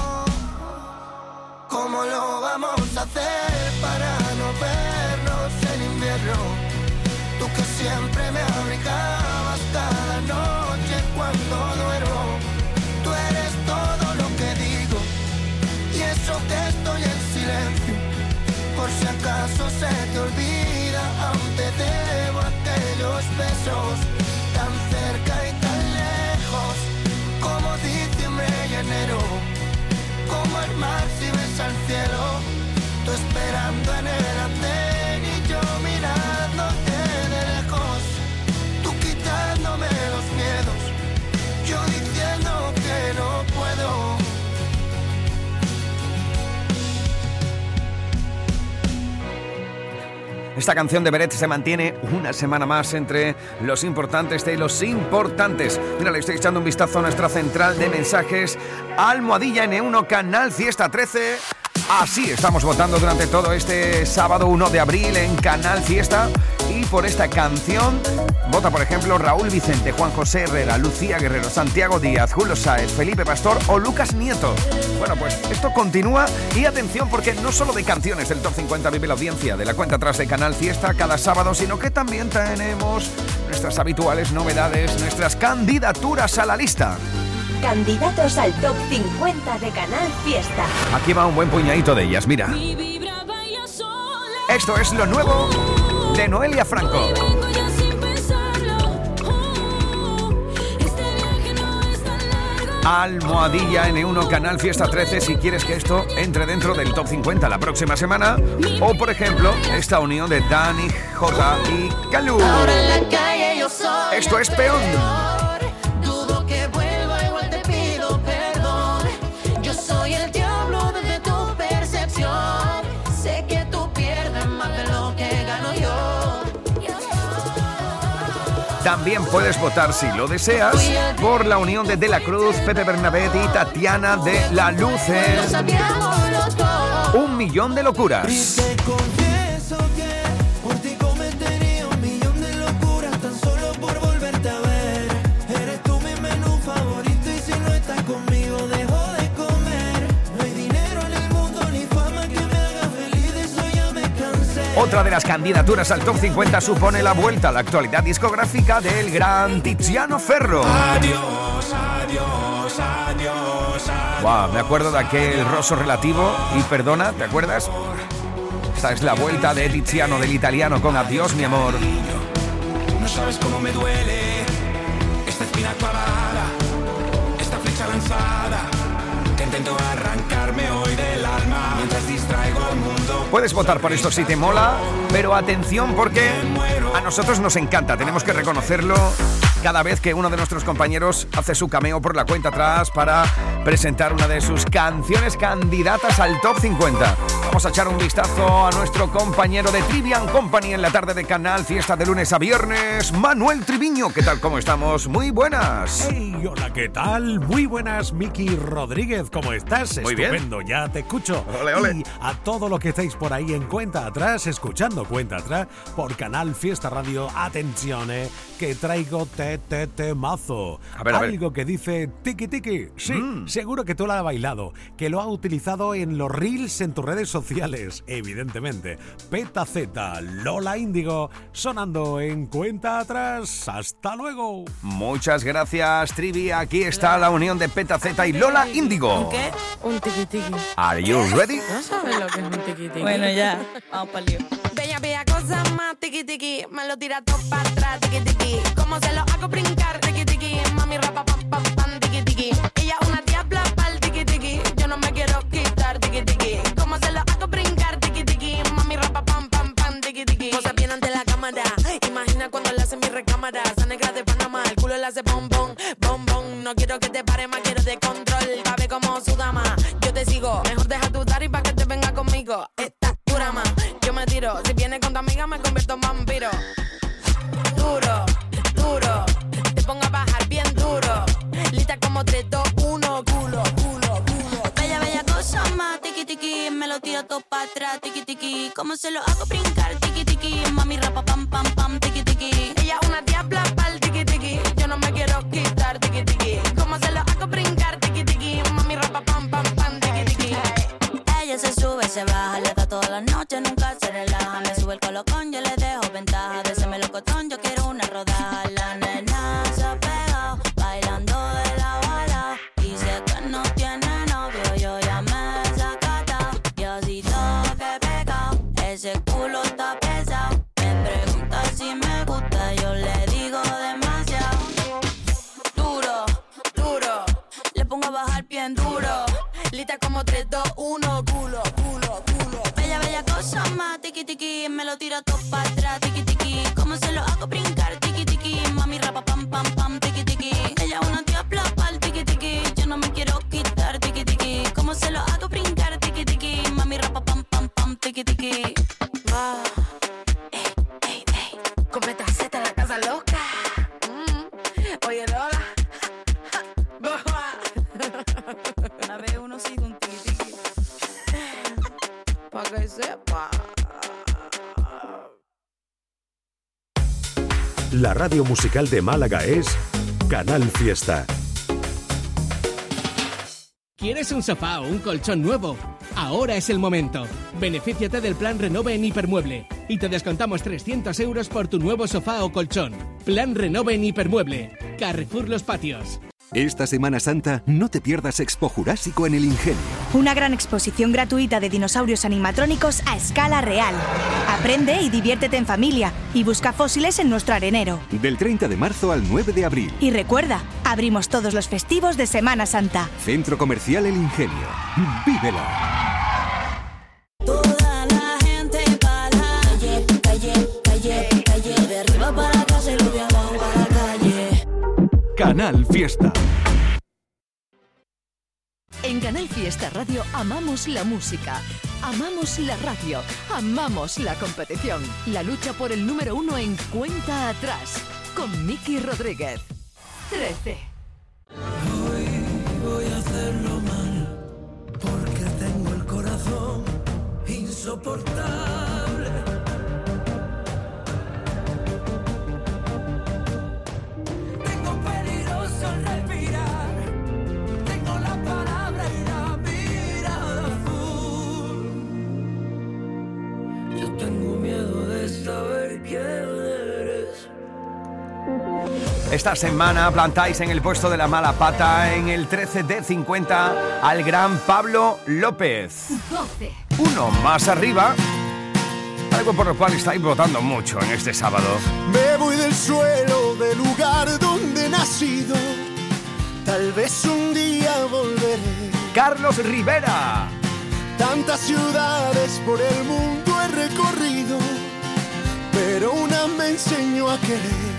¿Cómo lo vamos a hacer para no vernos en invierno? Tú que siempre me abrigabas cada noche cuando duermo. Tú eres todo lo que digo y eso que estoy en silencio. Por si acaso se te olvida, aún te debo aquellos besos, tan cerca y tan lejos, como diciembre y enero, como el mar si ves al cielo. Tú esperando en el andén y yo mirándote de lejos, tú quitándome los miedos, yo diciendo que no puedo. Esta canción de Beret se mantiene una semana más entre los importantes de los importantes. Mira, le estoy echando un vistazo a nuestra central de mensajes. Almohadilla N1 Canal Fiesta 13. Así estamos votando durante todo este sábado 1 de abril en Canal Fiesta. Y por esta canción vota, por ejemplo, Raúl Vicente, Juan José Herrera, Lucía Guerrero, Santiago Díaz, Julio Sáez, Felipe Pastor o Lucas Nieto. Bueno, pues esto continúa y atención, porque no solo de canciones del Top 50 vive la audiencia de la cuenta atrás de Canal Fiesta cada sábado, sino que también tenemos nuestras habituales novedades, nuestras candidaturas a la lista. Candidatos al Top 50 de Canal Fiesta. Aquí va un buen puñadito de ellas, mira. Esto es lo nuevo de Noelia Franco. Almohadilla N1 Canal Fiesta 13 si quieres que esto entre dentro del Top 50 la próxima semana. O por ejemplo, esta unión de Dani, J y Calú. Esto es Peón. También puedes votar, si lo deseas, por la unión de la Cruz, Pepe Bernabé y Tatiana de la Luces. 1 millón de locuras. Te confieso que por ti cometería 1 millón de locuras tan solo por volverte a ver. Eres tú mi menú favorito y si no estás conmigo dejo de comer. No hay dinero en el mundo ni fama que me haga feliz, de eso ya me cansé. Otra de las candidaturas al Top 50 supone la vuelta a la actualidad discográfica del gran Tiziano Ferro. Adiós, adiós, adiós, adiós. Wow, me acuerdo de aquel Rosso Relativo y Perdona, ¿te acuerdas? Esta es la vuelta de Tiziano, del italiano, con Adiós, mi amor. No sabes cómo me duele esta espina clavada, esta flecha lanzada, que intento arrancarme hoy del alma mientras distraigo al mundo. Puedes votar por esto si te mola, pero atención, porque a nosotros nos encanta, tenemos que reconocerlo, cada vez que uno de nuestros compañeros hace su cameo por la cuenta atrás para presentar una de sus canciones candidatas al Top 50. Vamos a echar un vistazo a nuestro compañero de Trivian Company en la tarde de Canal Fiesta de lunes a viernes, Manuel Triviño. ¿Qué tal? ¿Cómo estamos? Muy buenas. Hey, hola, ¿qué tal? Muy buenas, Miki Rodríguez. ¿Cómo estás? Muy Estupendo, bien. Ya te escucho. Ole, ole. Y a todos los que estáis por ahí en Cuenta Atrás, escuchando Cuenta Atrás por Canal Fiesta Radio, atención, que traigo mazo. A ver. Algo que dice tiki tiki. Sí, seguro que tú lo has bailado, que lo has utilizado en los reels en tus redes sociales, evidentemente. Peta Z, Lola Índigo, sonando en Cuenta Atrás. ¡Hasta luego! Muchas gracias, Trivi. Aquí está la unión de Peta Z y Lola Índigo. ¿Qué? Un tiki-tiki. Are you ready? ¿No sabes lo que es un tiki-tiki? Bueno, ya. Vamos para el lío. Bella, bella cosa más tiki-tiki. Me lo tira todo para atrás, tiki-tiki. Como se lo hago brincar, tiki-tiki. Mami, rapa, pam, pam, pam, tiki-tiki. Ella una diabla pa'l tiki-tiki. Yo no me quiero quitar, tiki-tiki. Como se lo hago brincar, tiki-tiki. Mami, rapa, pam, pam, pam, tiki-tiki. Cosa bien ante la cámara. Imagina cuando le hace mi recámara. Esa negra de Panamá, el culo le hace bombón, bombón. No quiero que te pare más, quiero de control. Pa' ver cómo su dama. Yo te sigo, mejor deja tu daddy pa' que te venga conmigo. Esta dura más, yo me tiro. Si viene con tu amiga me convierto en vampiro. Duro, duro, te pongo a bajar bien duro. Lista como 3, 2, 1, culo, culo, culo. Bella, bella cosa más, tiki, tiki. Me lo tiro tira todo para atrás, tiki tiki. ¿Cómo se lo hago brincar, tiki tiki? Mami rapa pam pam pam, tiki tiki. Ella una diabla pa'l tiki tiki. Yo no me quiero quitar, tiki tiki. ¿Cómo se lo hago brincar, tiki tiki? Mami rapa pam pam pam, tiki tiki. Ella se sube, se baja, le da toda la noche, nunca se relaja. Me sube el colocón, yo le dejo ventaja. De ese melocotón, yo quiero una rodaja. La nena se ha pegado, bailando de la bala. Dice que no tiene novio, yo ya me he sacatao. Diosito, que pecado, ese culo está pesado. Me pregunta si me gusta, yo le digo demasiado. Duro, duro, le pongo a bajar bien duro. Lita como 3, 2, 1, culo, culo, culo. Bella, bella cosa más, tiki tiki. Me lo tira todo para atrás, tiki tiki. ¿Cómo se lo hago brincar, tiki tiki? Mami rapa pam pam pam, tiki tiki. Ella una diabla pa'l tiki tiki. Yo no me quiero quitar, tiki tiki. ¿Cómo se lo hago brincar, tiki tiki? Mami rapa pam pam pam, tiki tiki. Va. Ey, ey. Completa Z en la casa loca. Oye, Lola. Una vez uno sigue un tiki tiki. Pa' que sepa. La radio musical de Málaga es Canal Fiesta. ¿Quieres un sofá o un colchón nuevo? Ahora es el momento. Benefíciate del plan Renove en Hipermueble y te descontamos 300 euros por tu nuevo sofá o colchón. Plan Renove en Hipermueble. Carrefour Los Patios. Esta Semana Santa no te pierdas Expo Jurásico en el Ingenio. Una gran exposición gratuita de dinosaurios animatrónicos a escala real. Aprende y diviértete en familia y busca fósiles en nuestro arenero. Del 30 de marzo al 9 de abril. Y recuerda, abrimos todos los festivos de Semana Santa. Centro Comercial El Ingenio. ¡Vívelo! Toda la gente para la calle, calle, calle, calle. De arriba para la casa y los de abajo para la calle. Canal Fiesta. En Canal Fiesta Radio amamos la música, amamos la radio, amamos la competición. La lucha por el número 1 en Cuenta Atrás, con Miki Rodríguez. 13. Hoy voy a hacerlo mal, porque tengo el corazón insoportable. Tengo peligroso al respirar, tengo la palabra y la mirada azul. Yo tengo miedo de saber quién eres. Esta semana plantáis en el puesto de la mala pata, en el 13 de 50, al gran Pablo López. 12. Uno más arriba, algo por lo cual estáis votando mucho en este sábado. Me voy del suelo, del lugar donde he nacido. Tal vez un día volveré. Carlos Rivera. Tantas ciudades por el mundo he recorrido, pero una me enseñó a querer.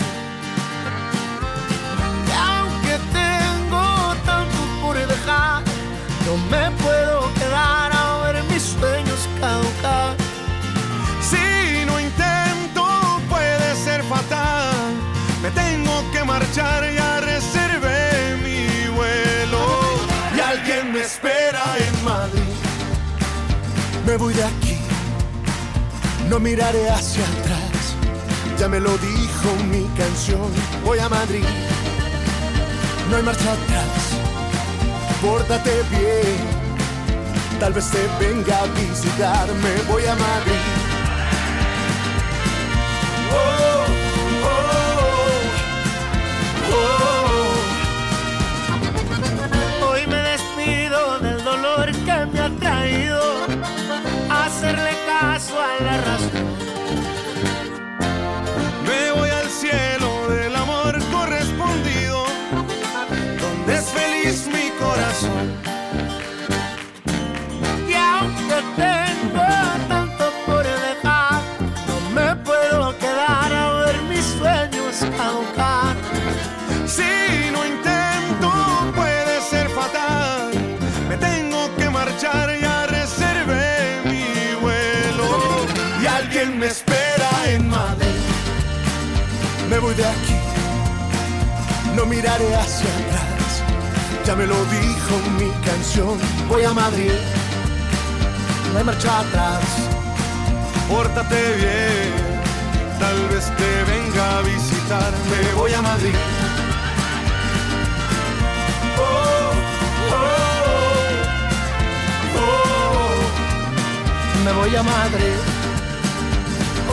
Y aunque tengo tanto por dejar, no me puedo quedar a ver mis sueños caducar. Si no intento puede ser fatal. Me tengo que marchar, ya reservé mi vuelo. Y alguien me espera en Madrid. Me voy de aquí, no miraré hacia atrás. Ya me lo dijo mi canción. Voy a Madrid, no hay marcha atrás. Pórtate bien, tal vez te venga a visitarme. Voy a Madrid. Oh, oh, oh. Hoy me despido del dolor que me ha traído a hacerle caso a la razón. Me voy al cielo del amor correspondido, donde es feliz mi corazón. Y aunque tengo tanto por dejar, no me puedo quedar a ver mis sueños caducar. Si no intento puede ser fatal. Me tengo que marchar, ya reservé mi vuelo. Y alguien me espera en Madrid. Me voy de aquí, no miraré hacia atrás. Ya me lo dijo mi canción. Voy a Madrid, no hay marcha atrás. Pórtate bien, tal vez te venga a visitar. Me voy a Madrid. Oh, oh, oh, oh. Me voy a Madrid. Oh,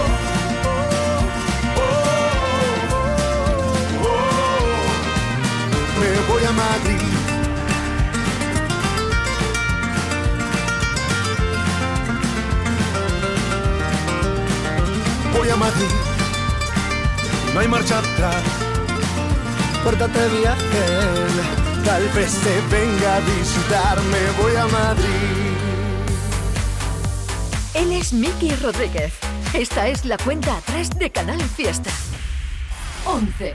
oh, oh, oh. Me voy a Madrid. Voy a Madrid, no hay marcha atrás. Pórtate bien, tal vez te venga a visitarme. Voy a Madrid. Él es Miki Rodríguez. Esta es la cuenta atrás de Canal Fiesta. 11.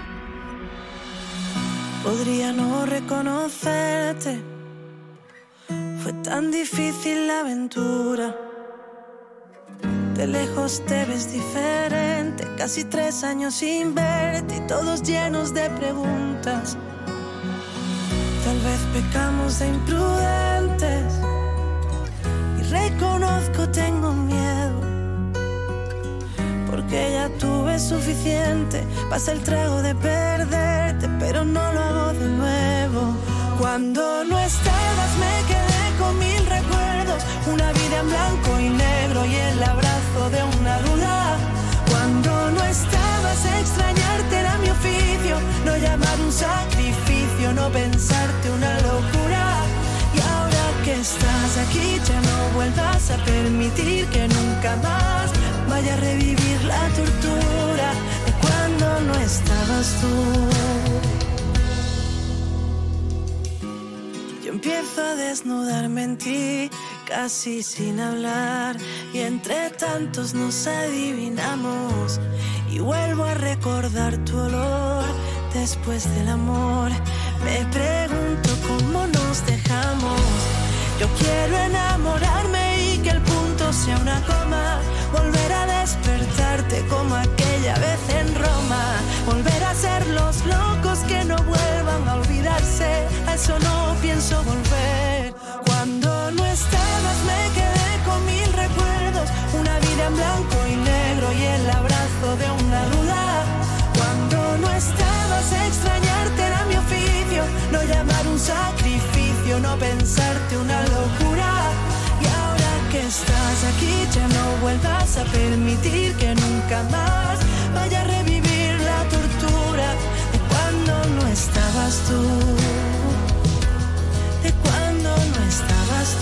Podría no reconocerte. Fue tan difícil la aventura. De lejos te ves diferente, casi 3 años sin verte y todos llenos de preguntas. Tal vez pecamos de imprudentes y reconozco tengo miedo, porque ya tuve suficiente, pasa el trago de perderte, pero no lo hago de nuevo. Cuando no estabas me quedé con 1000 recuerdos, una vida en blanco y negro y el abrazo de una duda. Cuando no estabas extrañarte era mi oficio, no llamar un sacrificio, no pensarte una locura. Y ahora que estás aquí ya no vuelvas a permitir que nunca más vaya a revivir la tortura de cuando no estabas tú. Empiezo a desnudarme en ti, casi sin hablar, y entre tantos nos adivinamos, y vuelvo a recordar tu olor después del amor. Me pregunto cómo nos dejamos. Yo quiero enamorarme y que el punto sea una coma, volver a despertarte como aquella vez en Roma, volver a ser los locos que no vuelvan a olvidarse, a eso no pienso volver. Cuando no estabas me quedé con 1000 recuerdos, una vida en blanco y negro y el abrazo de una duda. Cuando no estabas extrañarte era mi oficio, no llamar un sacrificio, no pensarte una locura. Y ahora que estás aquí ya no vuelvas a permitir que nunca más vaya a revivir la tortura de cuando no estabas tú, de cuando no estabas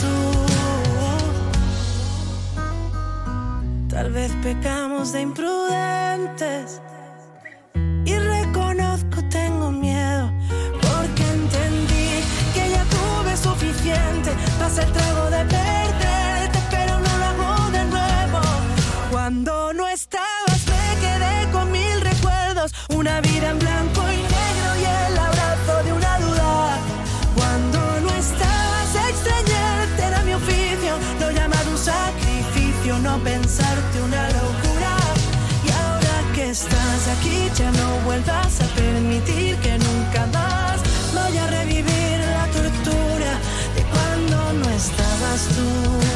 tú. Tal vez pecamos de imprudentes y reconozco tengo miedo, porque entendí que ya tuve suficiente, pasa el trago de perderte, pero no lo hago de nuevo. Cuando no estabas me quedé con 1000 recuerdos, una vida en blanco y negro y el abrazo de una duda. Cuando no estabas extrañarte era mi oficio, no llamar un sacrificio, no pensarte una locura. Y ahora que estás aquí ya no vuelvas a permitir que nunca más vaya a revivir la tortura de cuando no estabas tú,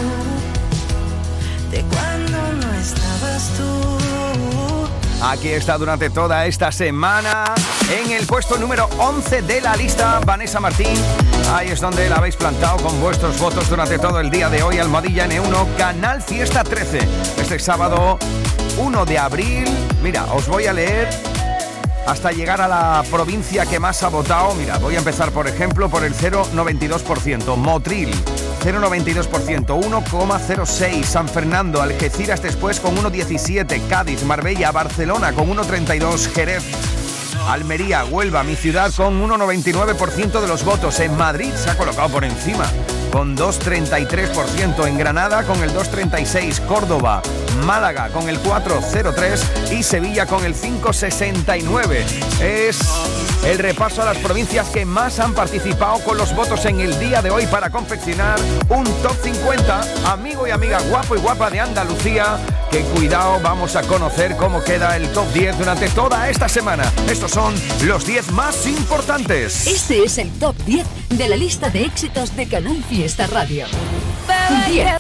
de cuando no estabas tú. Aquí está durante toda esta semana en el puesto número 11 de la lista, Vanessa Martín. Ahí es donde la habéis plantado con vuestros votos durante todo el día de hoy. Almohadilla N1, Canal Fiesta 13. Este sábado 1 de abril. Mira, os voy a leer hasta llegar a la provincia que más ha votado. Mira, voy a empezar, por ejemplo, por el 0,92%. Motril, 0,92%, 1,06%. San Fernando, Algeciras después con 1,17%. Cádiz, Marbella, Barcelona con 1,32%. Jerez, Almería, Huelva, mi ciudad, con 1,99% de los votos. En Madrid se ha colocado por encima con 2,33%. En Granada con el 2,36%. Córdoba, Málaga con el 4,03% y Sevilla con el 5,69%. Es el repaso a las provincias que más han participado con los votos en el día de hoy para confeccionar un top 50, amigo y amiga guapo y guapa de Andalucía, que cuidado, vamos a conocer cómo queda el top 10 durante toda esta semana. Estos son los 10 más importantes. Este es el top 10 de la lista de éxitos de Canal Fiesta Radio. 10.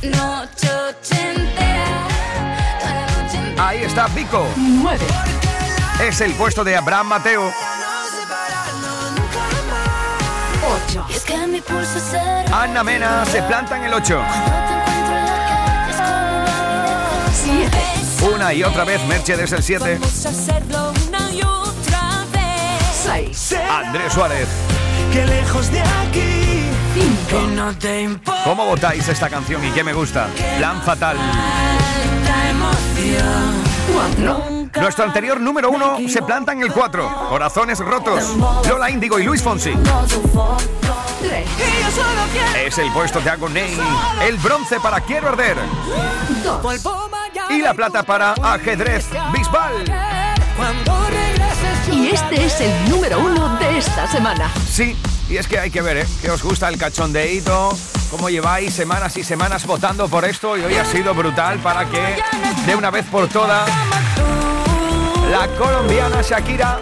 Ahí está Vico. 9. Es el puesto de Abraham Mateo. 8. Ana Mena se planta en el 8. 7. Una y otra vez Mercedes el 7. 6. Andrés Suárez. Que lejos de aquí 5. no te importa. ¿Cómo votáis esta canción y qué me gusta? Plan Fatal. 4. Nuestro anterior número 1 se planta en el 4. Corazones rotos. Lola Índigo y Luis Fonsi. 3. Es el puesto de Agoney. El bronce para Quiero Arder. 2. Y la plata para Ajedrez Bisbal. Y este es el número 1 de esta semana. Sí, y es que hay que ver, que os gusta el cachondeíto, cómo lleváis semanas y semanas votando por esto, y hoy ha sido brutal para que de una vez por todas la colombiana Shakira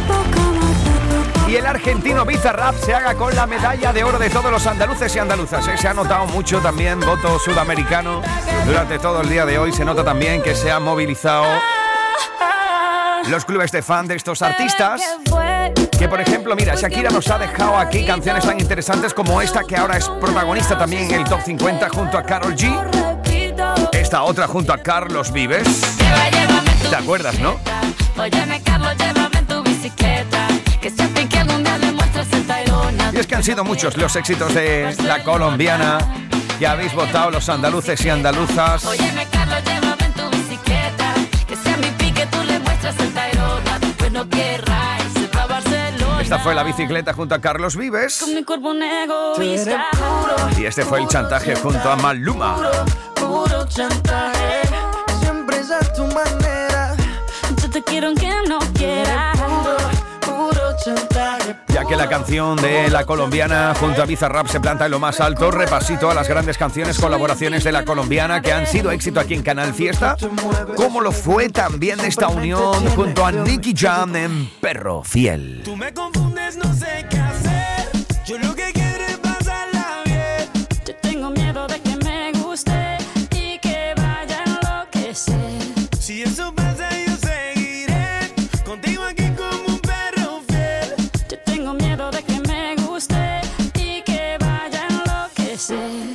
y el argentino Bizarrap se haga con la medalla de oro de todos los andaluces y andaluzas. Se ha notado mucho también voto sudamericano durante todo el día de hoy. Se nota también que se han movilizado los clubes de fan de estos artistas. Que por ejemplo, mira, Shakira nos ha dejado aquí canciones tan interesantes como esta, que ahora es protagonista también en el top 50 junto a Karol G. Esta otra junto a Carlos Vives. ¿Te acuerdas, no? Óyeme, Carlos, llévame en tu bicicleta, que siempre que algún día demuestres el tairona. Y es que han sido muchos los éxitos de la colombiana que habéis votado los andaluces y andaluzas. Óyeme, Carlos, llévame en tu bicicleta, que sea mi pique, tú le muestras el tairona. Después no querrás irse pa' Barcelona. Esta fue la bicicleta junto a Carlos Vives. Con mi cuerpo un egoísta. Y este fue el chantaje junto a Maluma. Puro chantaje, siempre es a tu manera. Yo te quiero aunque no quieras. Puro chantaje. Ya que la canción de la colombiana junto a Bizarrap se planta en lo más alto, repasito a las grandes canciones, colaboraciones de la colombiana que han sido éxito aquí en Canal Fiesta, como lo fue también esta unión junto a Nicky Jam en Perro Fiel. Tú me confundes, no sé qué hacer. Yo lo que quiero es pasarla bien. Yo tengo miedo de que me guste y que vaya a enloquecer. Si eso pasa, yo seguiré contigo aquí como un perro fiel. Yo tengo miedo de que me guste y que vaya a enloquecer.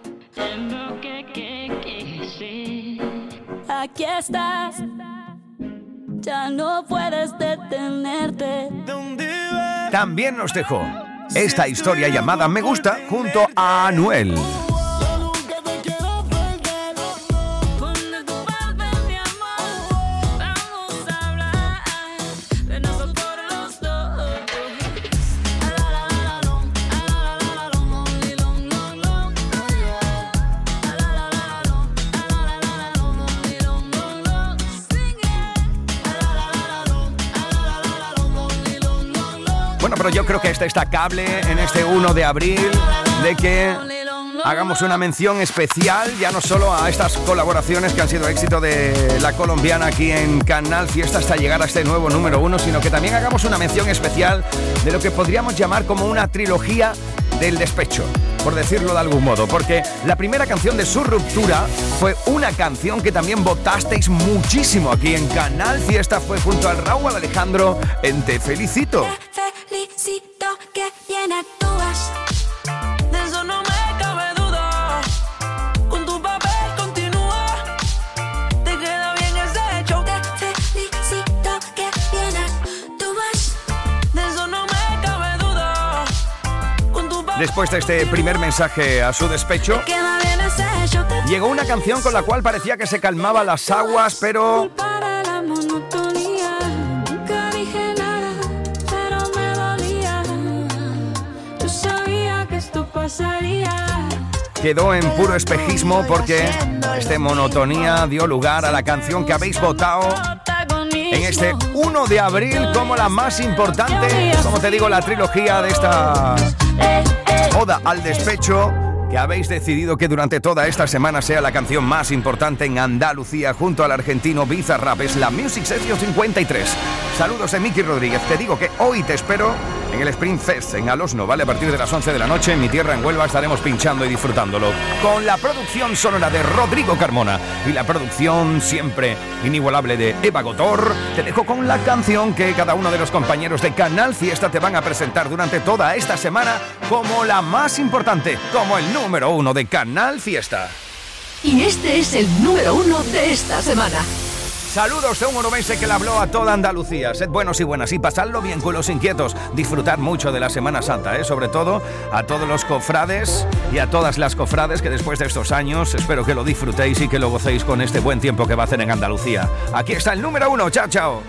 Aquí estás, ya no puedes detenerte. También nos dejó esta historia llamada Me Gusta junto a Anuel. Bueno, pero yo creo que está destacable en este 1 de abril de que hagamos una mención especial ya no solo a estas colaboraciones que han sido éxito de la colombiana aquí en Canal Fiesta hasta llegar a este nuevo número 1, sino que también hagamos una mención especial de lo que podríamos llamar como una trilogía del despecho, por decirlo de algún modo, porque la primera canción de su ruptura fue una canción que también votasteis muchísimo aquí en Canal Fiesta, fue junto al Raúl Alejandro en Te Felicito. Felicito que bien actúas. De eso no me cabe duda. Con tu papel continúa. Te queda bien ese show. Te felicito que bien actúas. De eso no me cabe duda. Con tu papel. Después de este primer mensaje a su despecho, Queda bien ese show. llegó una canción con la cual parecía que se calmaban las aguas, pero Para la monotonía. Nunca dije nada, pero me dolía. Yo sabía que esto pasaría. quedó en puro espejismo porque esta monotonía dio lugar a la canción que habéis votado en este 1 de abril como la más importante, como te digo, la trilogía de esta oda al despecho que habéis decidido que durante toda esta semana sea la canción más importante en Andalucía junto al argentino Bizarrap. Es la Music Session 53. Saludos de Miki Rodríguez. Te digo que hoy te espero en el Spring Fest en Alosno, ¿vale? A partir de las 11 de la noche en mi tierra, en Huelva, estaremos pinchando y disfrutándolo con la producción sonora de Rodrigo Carmona y la producción siempre inigualable de Eva Gotor. Te dejo con la canción que cada uno de los compañeros de Canal Fiesta te van a presentar durante toda esta semana como la más importante, como el número 1 de Canal Fiesta. Y este es el número 1 de esta semana. Saludos de un onubense que le habló a toda Andalucía. Sed buenos y buenas y pasadlo bien con los inquietos. Disfrutad mucho de la Semana Santa, sobre todo a todos los cofrades y a todas las cofrades que después de estos años espero que lo disfrutéis y que lo gocéis con este buen tiempo que va a hacer en Andalucía. Aquí está el número 1. Chao, chao.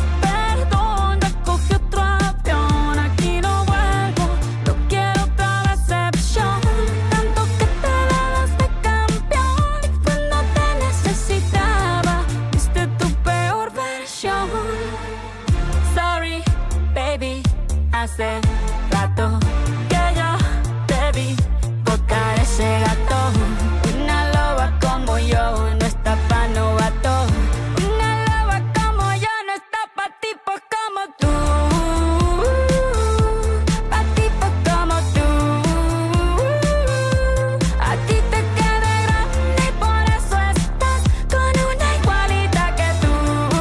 Hace rato que yo te vi tocar ese gato. Una loba como yo no está pa' novato. Una loba como yo no está pa' tipos como tú. Pa' tipos como tú. A ti te queda grande y por eso estás con una igualita que tú.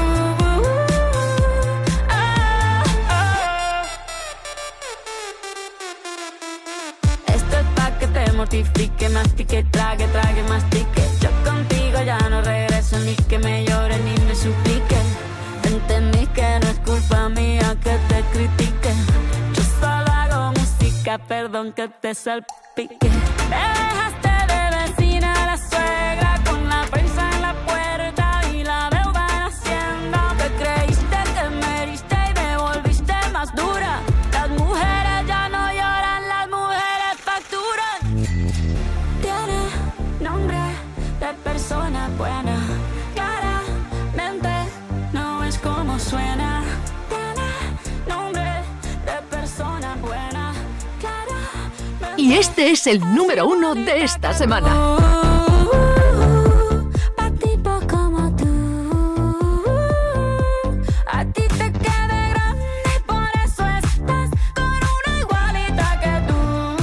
Mortifique, mastique, trague, mastique. Yo contigo ya no regreso, ni que me llore ni me suplique. Entendí que no es culpa mía que te critique. Yo solo hago música, perdón que te salpique. Me dejaste de vecina a la suegra con la prensa en la puerta y la deuda en Hacienda. Te creíste que me heriste y me volviste más dura. Las mujeres ya no lloran, las mujeres facturan. Nombre de persona buena, claramente no es como suena. Tiene nombre de persona buena, claramente. Y este es el número 1 de esta semana. Pa' tipo como tú, a ti te queda grande y por eso estás con una igualita que tú.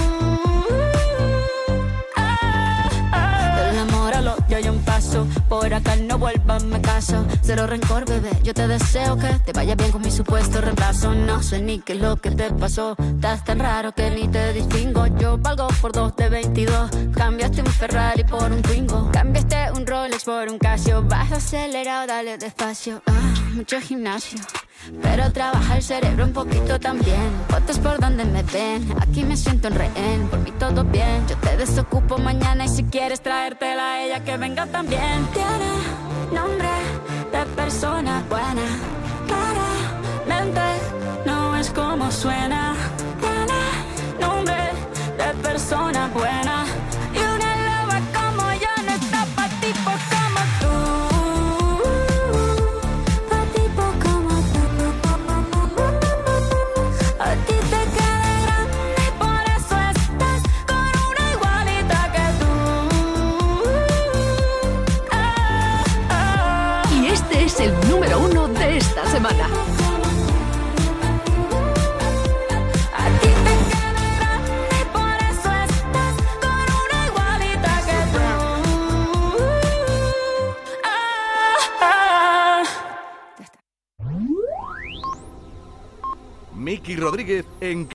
Yo un paso, por acá no vuelvas, me caso. Cero rencor, bebé, yo te deseo que te vaya bien con mi supuesto reemplazo. No sé ni qué es lo que te pasó, estás tan raro que ni te distingo. Yo valgo por 2 de 22, cambiaste un Ferrari por un Twingo. Cambiaste un Rolex por un Casio, vas acelerado, dale despacio. Mucho gimnasio, pero trabaja el cerebro un poquito también. Fotos por donde me ven, aquí me siento en rehén. Por mí todo bien, yo te desocupo mañana. Y si quieres traértela a ella, que venga también. Tiene nombre de persona buena, claramente no es como suena. Tiene nombre de persona buena. Y una loba como yo no está pa' tipos como tú. Es el número 1 de esta semana. A ti te queda grande y por eso estás con una igualita que tú. Miki Rodríguez en